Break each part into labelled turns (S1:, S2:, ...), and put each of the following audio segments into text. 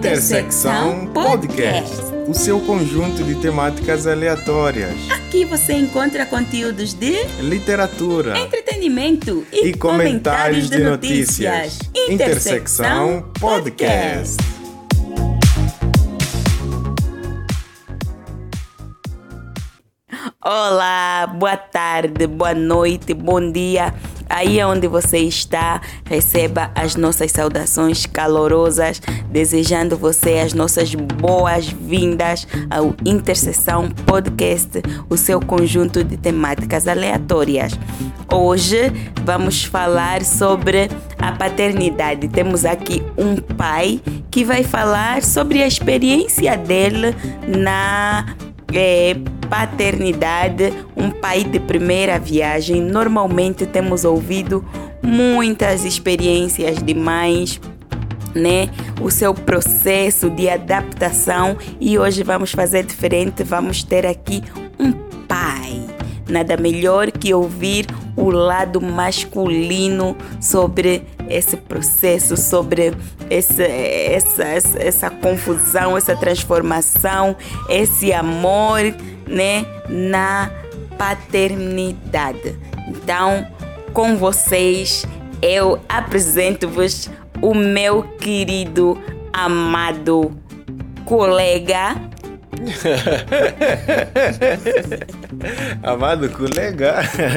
S1: Intersecção Podcast, o seu conjunto de temáticas aleatórias.
S2: Aqui você encontra conteúdos de
S1: literatura,
S2: entretenimento e comentários de notícias.
S1: Intersecção Podcast.
S2: Olá, boa tarde, boa noite, bom dia. Aí onde você está, receba as nossas saudações calorosas, desejando você as nossas boas-vindas ao Interseção Podcast, o seu conjunto de temáticas aleatórias. Hoje vamos falar sobre a paternidade. Temos aqui um pai que vai falar sobre a experiência dele na paternidade, um pai de primeira viagem. Normalmente temos ouvido muitas experiências de mães, né? O seu processo de adaptação, e hoje vamos fazer diferente. Vamos ter aqui um pai. Nada melhor que ouvir o lado masculino sobre esse processo, sobre essa confusão, essa transformação, esse amor, né, na paternidade. Então, com vocês, eu apresento-vos o meu querido, amado colega.
S1: Amado colega.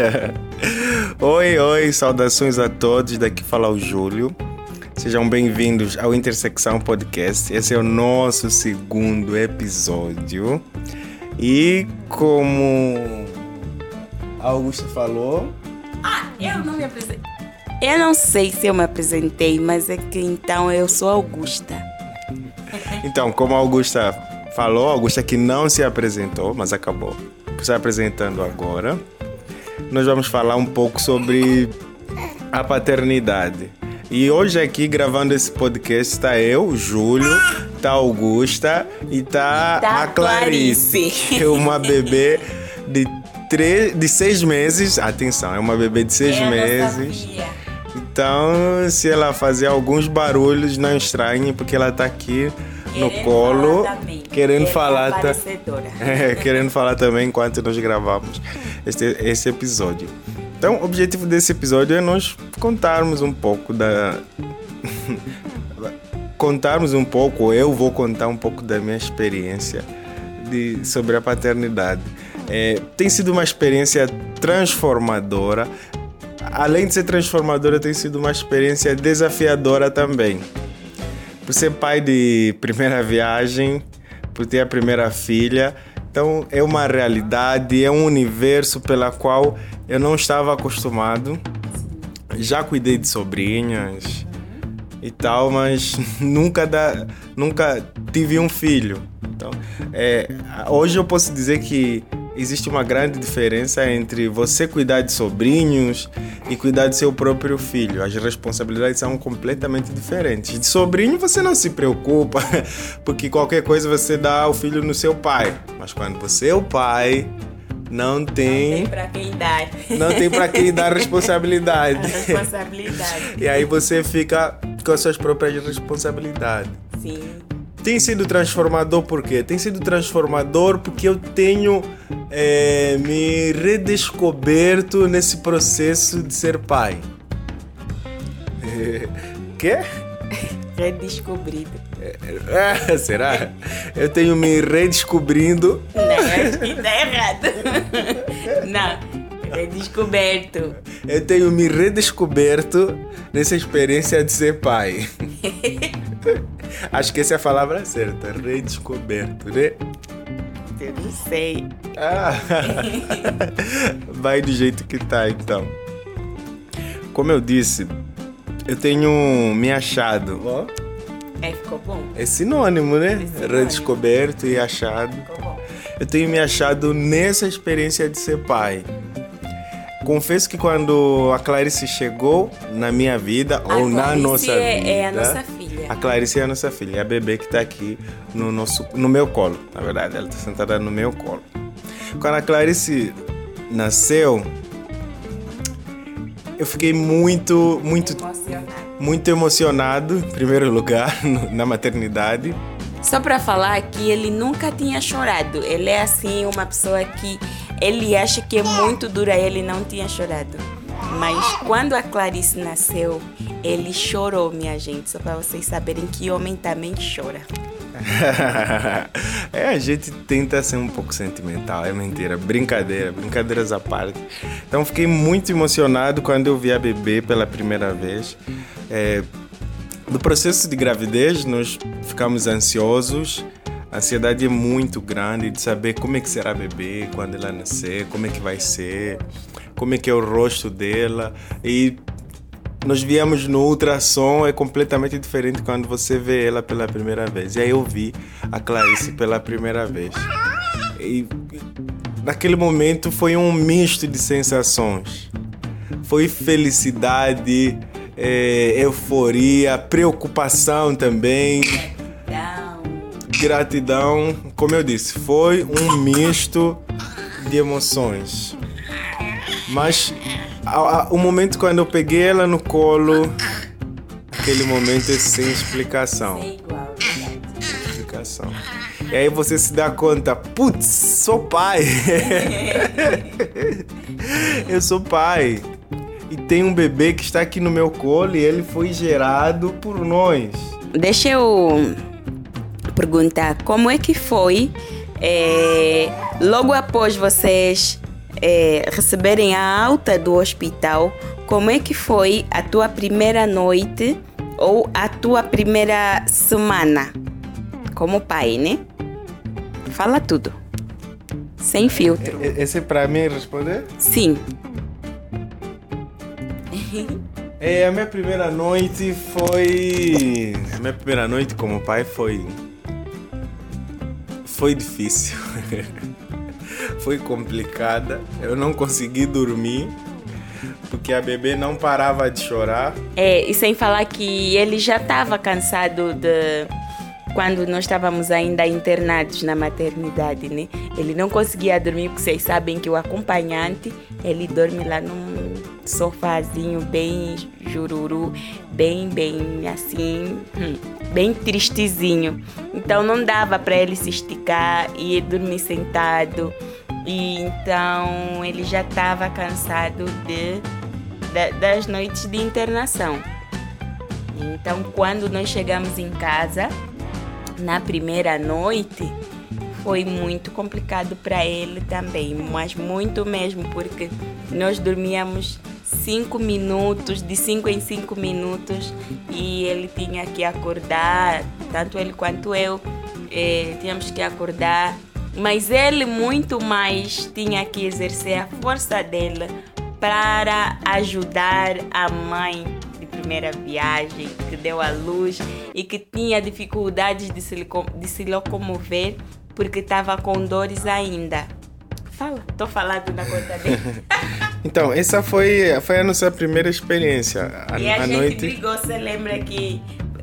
S1: Oi, saudações a todos. Daqui fala o Júlio. Sejam bem-vindos ao Intersecção Podcast. Esse é o nosso segundo episódio. E como Augusto falou...
S2: Eu não me apresentei. Eu não sei se eu me apresentei, mas é que então eu sou Augusta.
S1: Então, como a Augusta falou, Augusta que não se apresentou, mas acabou se apresentando agora. Nós vamos falar um pouco sobre a paternidade. E hoje aqui, gravando esse podcast, está eu, o Júlio, está a Augusta e está a Clarice, que é uma bebê de 6 meses. Atenção, é uma bebê de 6 meses. Então, se ela fazer alguns barulhos, não estranhe, porque ela está aqui no colo, querendo falar também enquanto nós gravamos esse episódio. Então, o objetivo desse episódio é nós contarmos um pouco eu vou contar um pouco da minha experiência sobre a paternidade. Tem sido uma experiência transformadora. Além de ser transformadora, tem sido uma experiência desafiadora também. Por ser pai de primeira viagem, por ter a primeira filha. Então é uma realidade, é um universo pela qual eu não estava acostumado. Já cuidei de sobrinhas e tal, mas nunca tive um filho. Então, hoje eu posso dizer que existe uma grande diferença entre você cuidar de sobrinhos e cuidar de seu próprio filho. As responsabilidades são completamente diferentes. De sobrinho você não se preocupa, porque qualquer coisa você dá o filho no seu pai. Mas quando você é o pai, não tem para quem dar. Não tem para quem dar responsabilidade. E aí você fica com as suas próprias responsabilidades.
S2: Sim.
S1: Tem sido transformador por quê? Tem sido transformador porque eu tenho me redescoberto nesse processo de ser pai. Quê?
S2: Redescobrido.
S1: Será? Eu tenho me redescobrindo.
S2: Não, acho que tá errado. Não, redescoberto.
S1: Eu tenho me redescoberto nessa experiência de ser pai. Acho que essa é a palavra certa, redescoberto, né?
S2: Eu não sei.
S1: Vai do jeito que tá, então. Como eu disse, eu tenho me achado.
S2: Ficou bom?
S1: É sinônimo, né? Redescoberto e achado.
S2: Ficou bom.
S1: Eu tenho me achado nessa experiência de ser pai. Confesso que quando a Clarice chegou na minha vida, na nossa vida...
S2: é a nossa filha.
S1: A Clarice é a nossa filha, é a bebê que está aqui no meu colo. Na verdade, ela está sentada no meu colo. Quando a Clarice nasceu, eu fiquei muito
S2: emocionada.
S1: muito emocionado, em primeiro lugar, na maternidade.
S2: Só para falar que ele nunca tinha chorado. Ele é assim, uma pessoa que ele acha que é muito dura, ele não tinha chorado. Mas quando a Clarice nasceu, ele chorou, minha gente. Só para vocês saberem que homem também chora.
S1: A gente tenta ser um pouco sentimental, é mentira, brincadeiras à parte. Então fiquei muito emocionado quando eu vi a bebê pela primeira vez. No processo de gravidez nós ficamos ansiosos, a ansiedade é muito grande de saber como é que será a bebê quando ela nascer, como é que vai ser, como é que é o rosto dela. E nós viemos no ultrassom, é completamente diferente quando você vê ela pela primeira vez. E aí eu vi a Clarice pela primeira vez. E naquele momento foi um misto de sensações. Foi felicidade, euforia, preocupação também. Gratidão. Como eu disse, foi um misto de emoções. Mas o momento quando eu peguei ela no colo, aquele momento é sem explicação. Sem explicação. E aí você se dá conta, putz, sou pai. Eu sou pai. E tem um bebê que está aqui no meu colo e ele foi gerado por nós.
S2: Deixa eu perguntar, como é que foi logo após vocês receberem a alta do hospital, como é que foi a tua primeira noite ou a tua primeira semana como pai, né? Fala tudo, sem filtro.
S1: Esse é para mim responder?
S2: Sim.
S1: A minha primeira noite foi... A minha primeira noite como pai foi difícil. Foi complicada. Eu não consegui dormir porque a bebê não parava de chorar.
S2: E sem falar que ele já estava cansado de... Quando nós estávamos ainda internados na maternidade, né? Ele não conseguia dormir porque vocês sabem que o acompanhante, ele dorme lá num sofazinho bem jururu, bem assim, bem tristezinho. Então não dava para ele se esticar e dormir sentado. E então ele já estava cansado das noites de internação. Então quando nós chegamos em casa, na primeira noite, foi muito complicado para ele também, mas muito mesmo, porque nós dormíamos 5 minutos, de 5 em 5 minutos, e ele tinha que acordar, tanto ele quanto eu, tínhamos que acordar, mas ele muito mais tinha que exercer a força dele para ajudar a mãe de primeira viagem, que deu à luz e que tinha dificuldades de se locomover porque estava com dores ainda. Fala, estou falando na conta dele.
S1: Então, essa foi a nossa primeira experiência.
S2: E a gente
S1: noite...
S2: brigou, você lembra que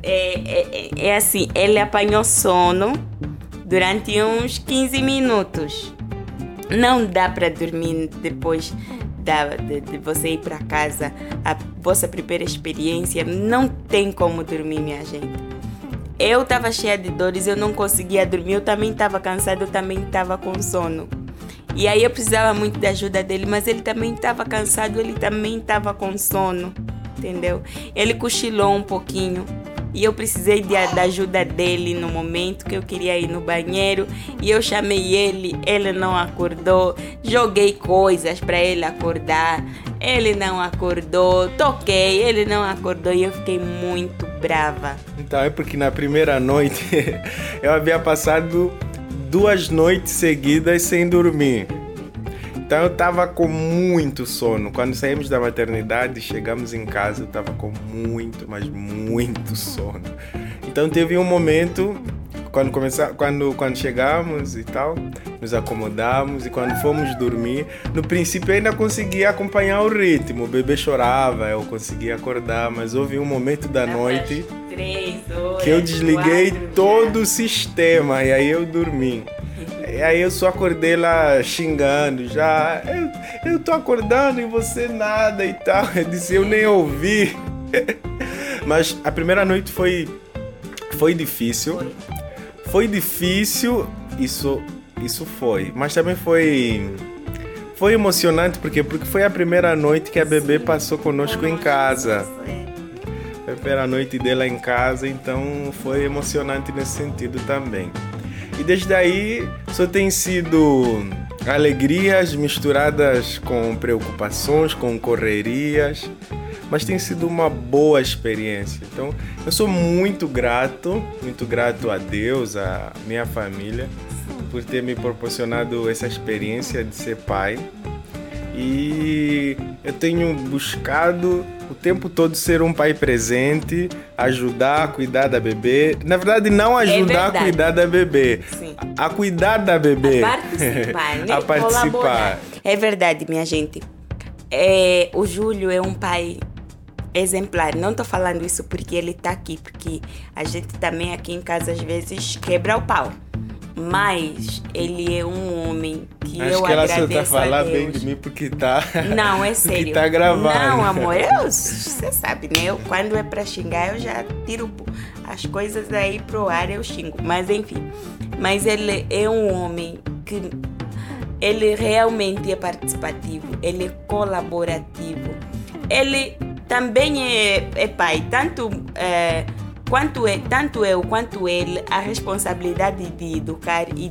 S2: é assim, ele apanhou sono durante uns 15 minutos. Não dá para dormir depois de você ir para casa, a vossa primeira experiência, não tem como dormir, minha gente. Eu estava cheia de dores, eu não conseguia dormir, eu também estava cansada, eu também estava com sono. E aí eu precisava muito da ajuda dele, mas ele também estava cansado, ele também estava com sono, entendeu? Ele cochilou um pouquinho. E eu precisei da ajuda dele no momento que eu queria ir no banheiro. E eu chamei ele não acordou. Joguei coisas para ele acordar. Ele não acordou. Toquei, ele não acordou. E eu fiquei muito brava.
S1: Então é porque na primeira noite eu havia passado 2 noites seguidas sem dormir. Então eu estava com muito sono. Quando saímos da maternidade, chegamos em casa, eu estava com muito, mas muito sono. Então teve um momento, quando chegamos e tal, nos acomodamos e quando fomos dormir, no princípio eu ainda conseguia acompanhar o ritmo. O bebê chorava, eu conseguia acordar, mas houve um momento da noite
S2: 3 horas,
S1: que eu desliguei todo o sistema e aí eu dormi. E aí eu só acordei lá xingando, já, eu tô acordando e você nada e tal. Eu disse, eu nem ouvi. Mas a primeira noite foi difícil. Foi difícil, isso foi. Mas também foi emocionante, porque foi a primeira noite que a bebê passou conosco em casa. Foi a primeira noite dela em casa, então foi emocionante nesse sentido também. E desde aí só tem sido alegrias misturadas com preocupações, com correrias, mas tem sido uma boa experiência. Então eu sou muito grato a Deus, a minha família, por ter me proporcionado essa experiência de ser pai. E eu tenho buscado o tempo todo ser um pai presente, ajudar a cuidar da bebê. Na verdade, não ajudar a cuidar da bebê, sim, a cuidar da bebê.
S2: A participar, né?
S1: A participar.
S2: É verdade, minha gente. O Júlio é um pai exemplar. Não estou falando isso porque ele está aqui, porque a gente também aqui em casa às vezes quebra o pau. Mas ele é um homem que
S1: acho
S2: eu
S1: que ela
S2: agradeço
S1: só tá falando
S2: a Deus.
S1: bem de mim porque tá...
S2: Não, é sério.
S1: Porque tá gravando.
S2: Não, amor, você sabe, né? Quando é pra xingar, eu já tiro as coisas aí pro ar, eu xingo. Mas enfim. Mas ele é um homem que... Ele realmente é participativo. Ele é colaborativo. Ele também é pai. Tanto eu quanto ele, a responsabilidade de educar e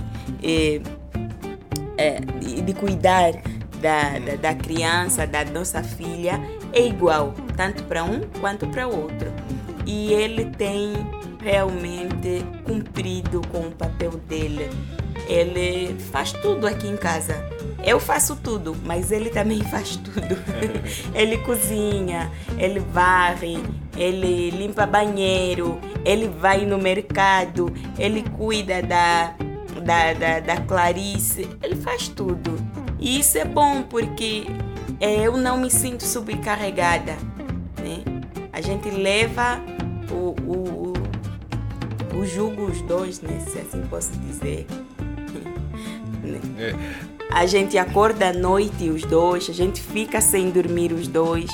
S2: de cuidar da criança, da nossa filha, é igual, tanto para um quanto para o outro. E ele tem realmente cumprido com o papel dele. Ele faz tudo aqui em casa. Eu faço tudo, mas ele também faz tudo. Ele cozinha, ele varre, ele limpa banheiro, ele vai no mercado, ele cuida da Clarice, ele faz tudo. E isso é bom porque eu não me sinto sobrecarregada, né? A gente leva o jugo os dois, né? Se assim posso dizer. A gente acorda à noite os dois, a gente fica sem dormir os dois.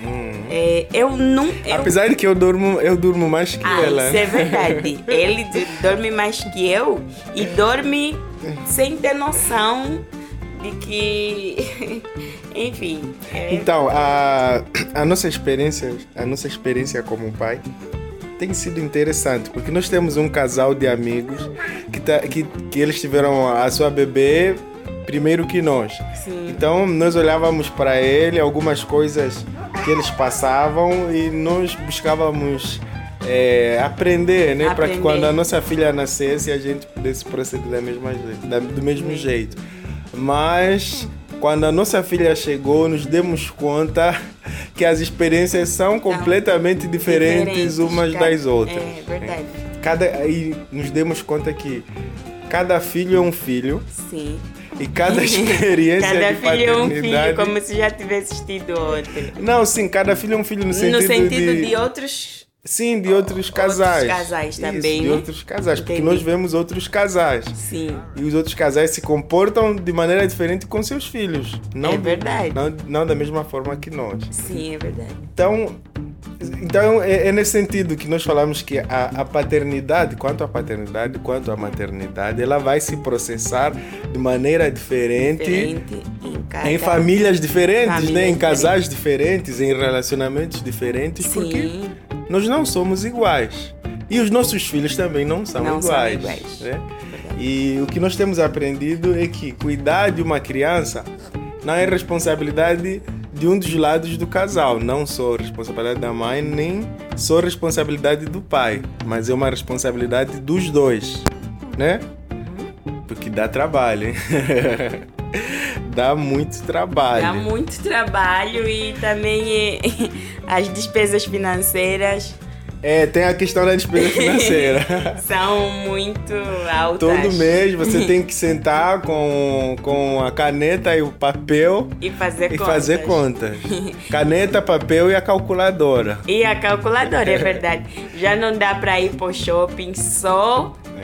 S1: Apesar de que eu durmo mais que ela.
S2: Isso é verdade. Ele dorme mais que eu e dorme sem ter noção de que... Enfim.
S1: Então, a nossa experiência como pai tem sido interessante, porque nós temos um casal de amigos que eles tiveram a sua bebê primeiro que nós.
S2: Sim.
S1: Então nós olhávamos para ele, algumas coisas que eles passavam e nós buscávamos aprender, né? Para que quando a nossa filha nascesse a gente pudesse proceder do mesmo jeito. Mas quando a nossa filha chegou, nos demos conta que as experiências são completamente diferentes umas das outras.
S2: É verdade.
S1: E nos demos conta que cada filho é um filho.
S2: Sim.
S1: E cada experiência
S2: cada
S1: de paternidade...
S2: Cada filho é um filho, como se já tivesse tido outro.
S1: Não, sim, cada filho é um filho no sentido
S2: de outros...
S1: Sim, de outros casais.
S2: Outros casais também,
S1: isso,
S2: né?
S1: De outros casais,
S2: Entendi.
S1: porque nós vemos outros casais.
S2: Sim.
S1: E os outros casais se comportam de maneira diferente com seus filhos. Não,
S2: é verdade.
S1: Não da mesma forma que nós.
S2: Sim, é verdade.
S1: Então é nesse sentido que nós falamos que a paternidade, quanto à maternidade, ela vai se processar de maneira diferente em famílias diferentes, né? Em casais diferentes, em relacionamentos diferentes,
S2: sim,
S1: porque nós não somos iguais. E os nossos filhos também não são iguais. Né? E o que nós temos aprendido é que cuidar de uma criança não é responsabilidade de um dos lados do casal, não só responsabilidade da mãe, nem só responsabilidade do pai, mas é uma responsabilidade dos dois, né? Porque dá trabalho, hein? Dá muito trabalho.
S2: Dá muito trabalho e também as despesas financeiras...
S1: tem a questão da despesa financeira.
S2: São muito altas.
S1: Todo mês você tem que sentar com a caneta e o papel
S2: e fazer
S1: contas. Caneta, papel e a calculadora.
S2: É verdade. Já não dá para ir pro shopping só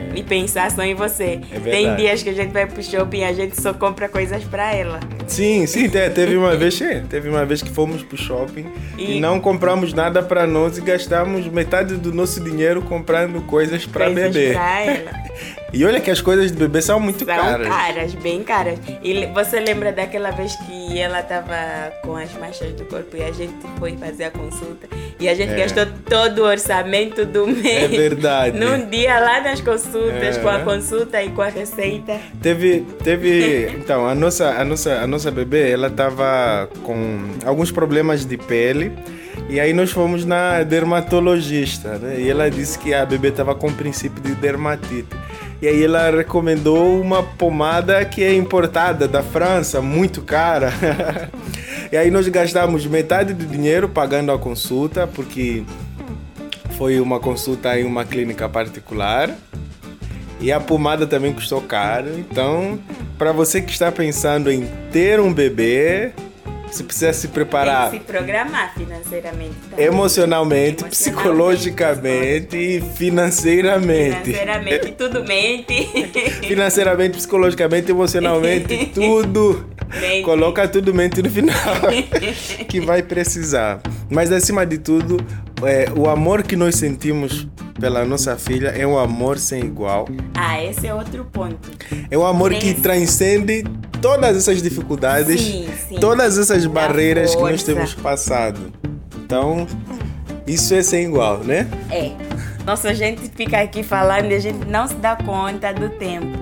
S2: e pensar só em você. Tem dias que a gente vai pro shopping e a gente só compra coisas pra ela.
S1: Sim, teve uma vez que fomos pro shopping e não compramos nada pra nós e gastamos metade do nosso dinheiro comprando coisas pra bebê.
S2: Pra ela.
S1: E olha que as coisas de bebê são muito caras.
S2: São caras, bem caras. E você lembra daquela vez que ela tava com as manchas do corpo e a gente foi fazer a consulta e a gente gastou todo o orçamento do mês.
S1: É verdade.
S2: Num dia lá nas consultas, com a consulta e com a receita.
S1: Então, a nossa bebê, ela tava com alguns problemas de pele. E aí nós fomos na dermatologista, né? E ela disse que a bebê estava com princípio de dermatite. E aí ela recomendou uma pomada que é importada da França, muito cara. E aí nós gastamos metade do dinheiro pagando a consulta, porque foi uma consulta em uma clínica particular. E a pomada também custou caro. Então, para você que está pensando em ter um bebê, você precisa se preparar.
S2: Tem que se programar financeiramente também.
S1: Emocionalmente, psicologicamente e financeiramente.
S2: Financeiramente, tudo mente.
S1: Financeiramente, psicologicamente, emocionalmente, tudo.
S2: Mente.
S1: Coloca tudo mente no final, que vai precisar. Mas acima de tudo, o amor que nós sentimos pela nossa filha é um amor sem igual.
S2: Esse é outro ponto.
S1: É um amor que transcende todas essas dificuldades,
S2: sim.
S1: todas essas barreiras que nós temos passado. Então, isso é sem igual, né?
S2: Nossa, a gente fica aqui falando e a gente não se dá conta do tempo.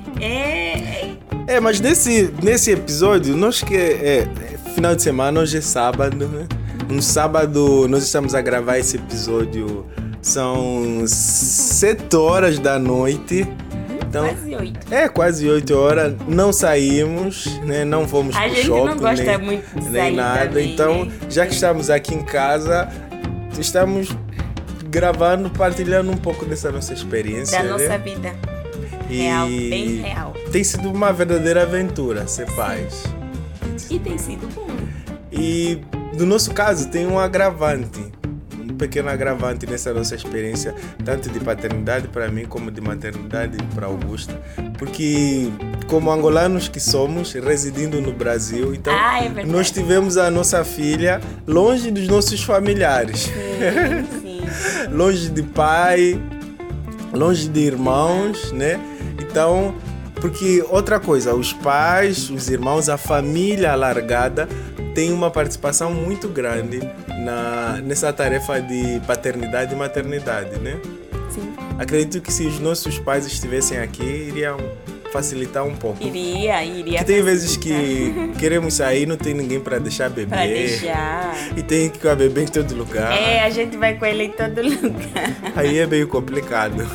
S1: Mas nesse episódio, final de semana, hoje é sábado, né? Um sábado, nós estamos a gravar esse episódio, são 7 horas da noite. Então,
S2: quase 8.
S1: Quase 8 horas. Não saímos, né? Não fomos pro shopping.
S2: A gente não gosta muito de sair
S1: nem nada.
S2: Também,
S1: então,
S2: né?
S1: já que estamos aqui em casa, estamos gravando, partilhando um pouco dessa nossa experiência.
S2: Da nossa vida. Real, bem real.
S1: Tem sido uma verdadeira aventura ser pais.
S2: E tem sido bom.
S1: E no nosso caso tem um agravante, um pequeno agravante nessa nossa experiência, tanto de paternidade para mim como de maternidade para Augusta, porque como angolanos que somos, residindo no Brasil, então nós tivemos a nossa filha longe dos nossos familiares.
S2: Sim.
S1: Longe de pai, longe de irmãos, né? Então, porque outra coisa, os pais, os irmãos, a família alargada tem uma participação muito grande nessa tarefa de paternidade e maternidade, né?
S2: Sim.
S1: Acredito que se os nossos pais estivessem aqui, iriam facilitar um pouco.
S2: Iria.
S1: Porque tem vezes que queremos sair, não tem ninguém para deixar bebê. E tem que ir com a bebê em todo lugar.
S2: A gente vai com ele em todo lugar.
S1: Aí é meio complicado.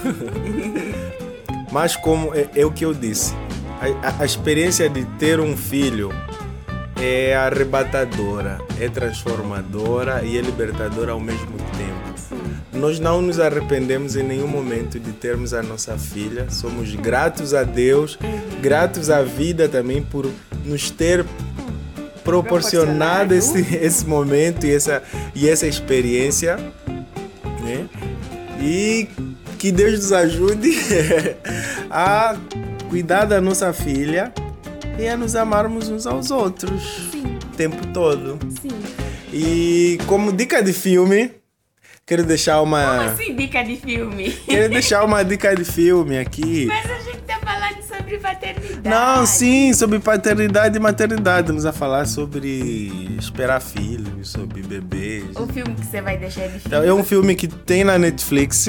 S1: Mas como é o que eu disse, a experiência de ter um filho é arrebatadora, é transformadora e é libertadora ao mesmo tempo. Nós não nos arrependemos em nenhum momento de termos a nossa filha. Somos gratos a Deus, gratos à vida também por nos ter proporcionado esse momento e essa experiência, né? E que Deus nos ajude a cuidar da nossa filha e a nos amarmos uns aos outros.
S2: Sim.
S1: O tempo todo.
S2: Sim.
S1: E como dica de filme, quero deixar uma...
S2: Como assim dica de filme?
S1: Quero deixar uma dica de filme aqui.
S2: Mas a gente tá falando sobre paternidade.
S1: Não, sim, sobre paternidade e maternidade. Vamos a falar sobre esperar filhos, sobre bebês.
S2: O filme que você vai deixar de filme?
S1: Então, é um filme que tem na Netflix.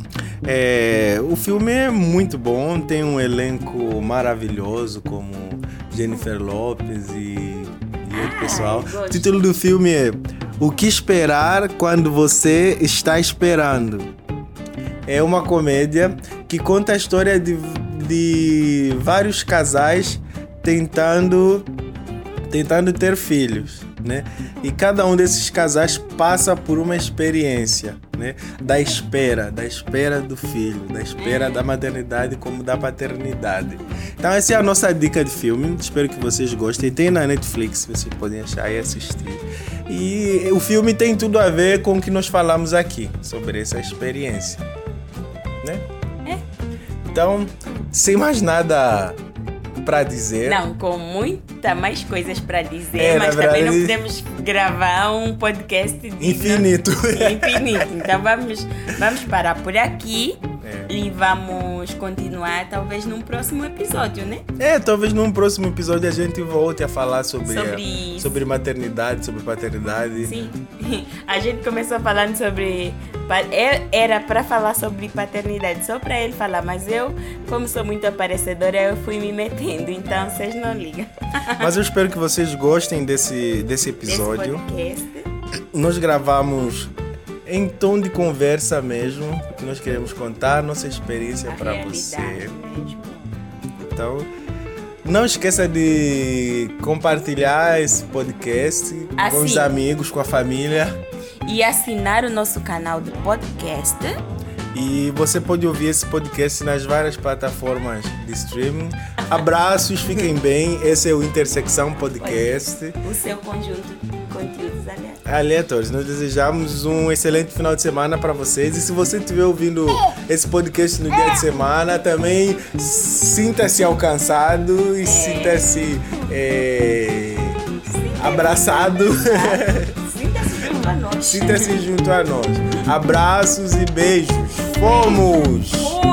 S1: O filme é muito bom, tem um elenco maravilhoso como Jennifer Lopez e outro pessoal. O título do filme é O que esperar quando você está esperando. É uma comédia que conta a história de vários casais tentando ter filhos, né? E cada um desses casais passa por uma experiência, né? Da espera do filho, da espera da maternidade como da paternidade. Então essa é a nossa dica de filme, espero que vocês gostem. Tem na Netflix, vocês podem achar e assistir. E o filme tem tudo a ver com o que nós falamos aqui, sobre essa experiência, né? Então, sem mais nada para dizer.
S2: Não, com muita mais coisas para dizer, mas
S1: na verdade,
S2: também não podemos gravar um podcast de
S1: infinito.
S2: Infinito. Então vamos parar por aqui e vamos continuar talvez num próximo episódio, né?
S1: Talvez num próximo episódio a gente volte a falar sobre maternidade, sobre paternidade.
S2: Sim. A gente começou falando sobre... Era para falar sobre paternidade, só para ele falar, mas eu, como sou muito aparecedora, eu fui me metendo, então vocês não ligam.
S1: Mas eu espero que vocês gostem desse episódio.
S2: Desse podcast.
S1: Nós gravamos em tom de conversa mesmo, porque nós queremos contar nossa experiência para você.
S2: Mesmo.
S1: Então, não esqueça de compartilhar esse podcast com os amigos, com a família.
S2: E assinar o nosso canal de podcast.
S1: E você pode ouvir esse podcast nas várias plataformas de streaming. Abraços, fiquem bem. Esse é o Intersecção Podcast.
S2: O seu conjunto de conteúdos
S1: aleatórios. Nós desejamos um excelente final de semana para vocês. E se você estiver ouvindo esse podcast no dia de semana, também sinta-se alcançado e sinta-se abraçado.
S2: Sinta-se junto a nós.
S1: Abraços e beijos. Fomos!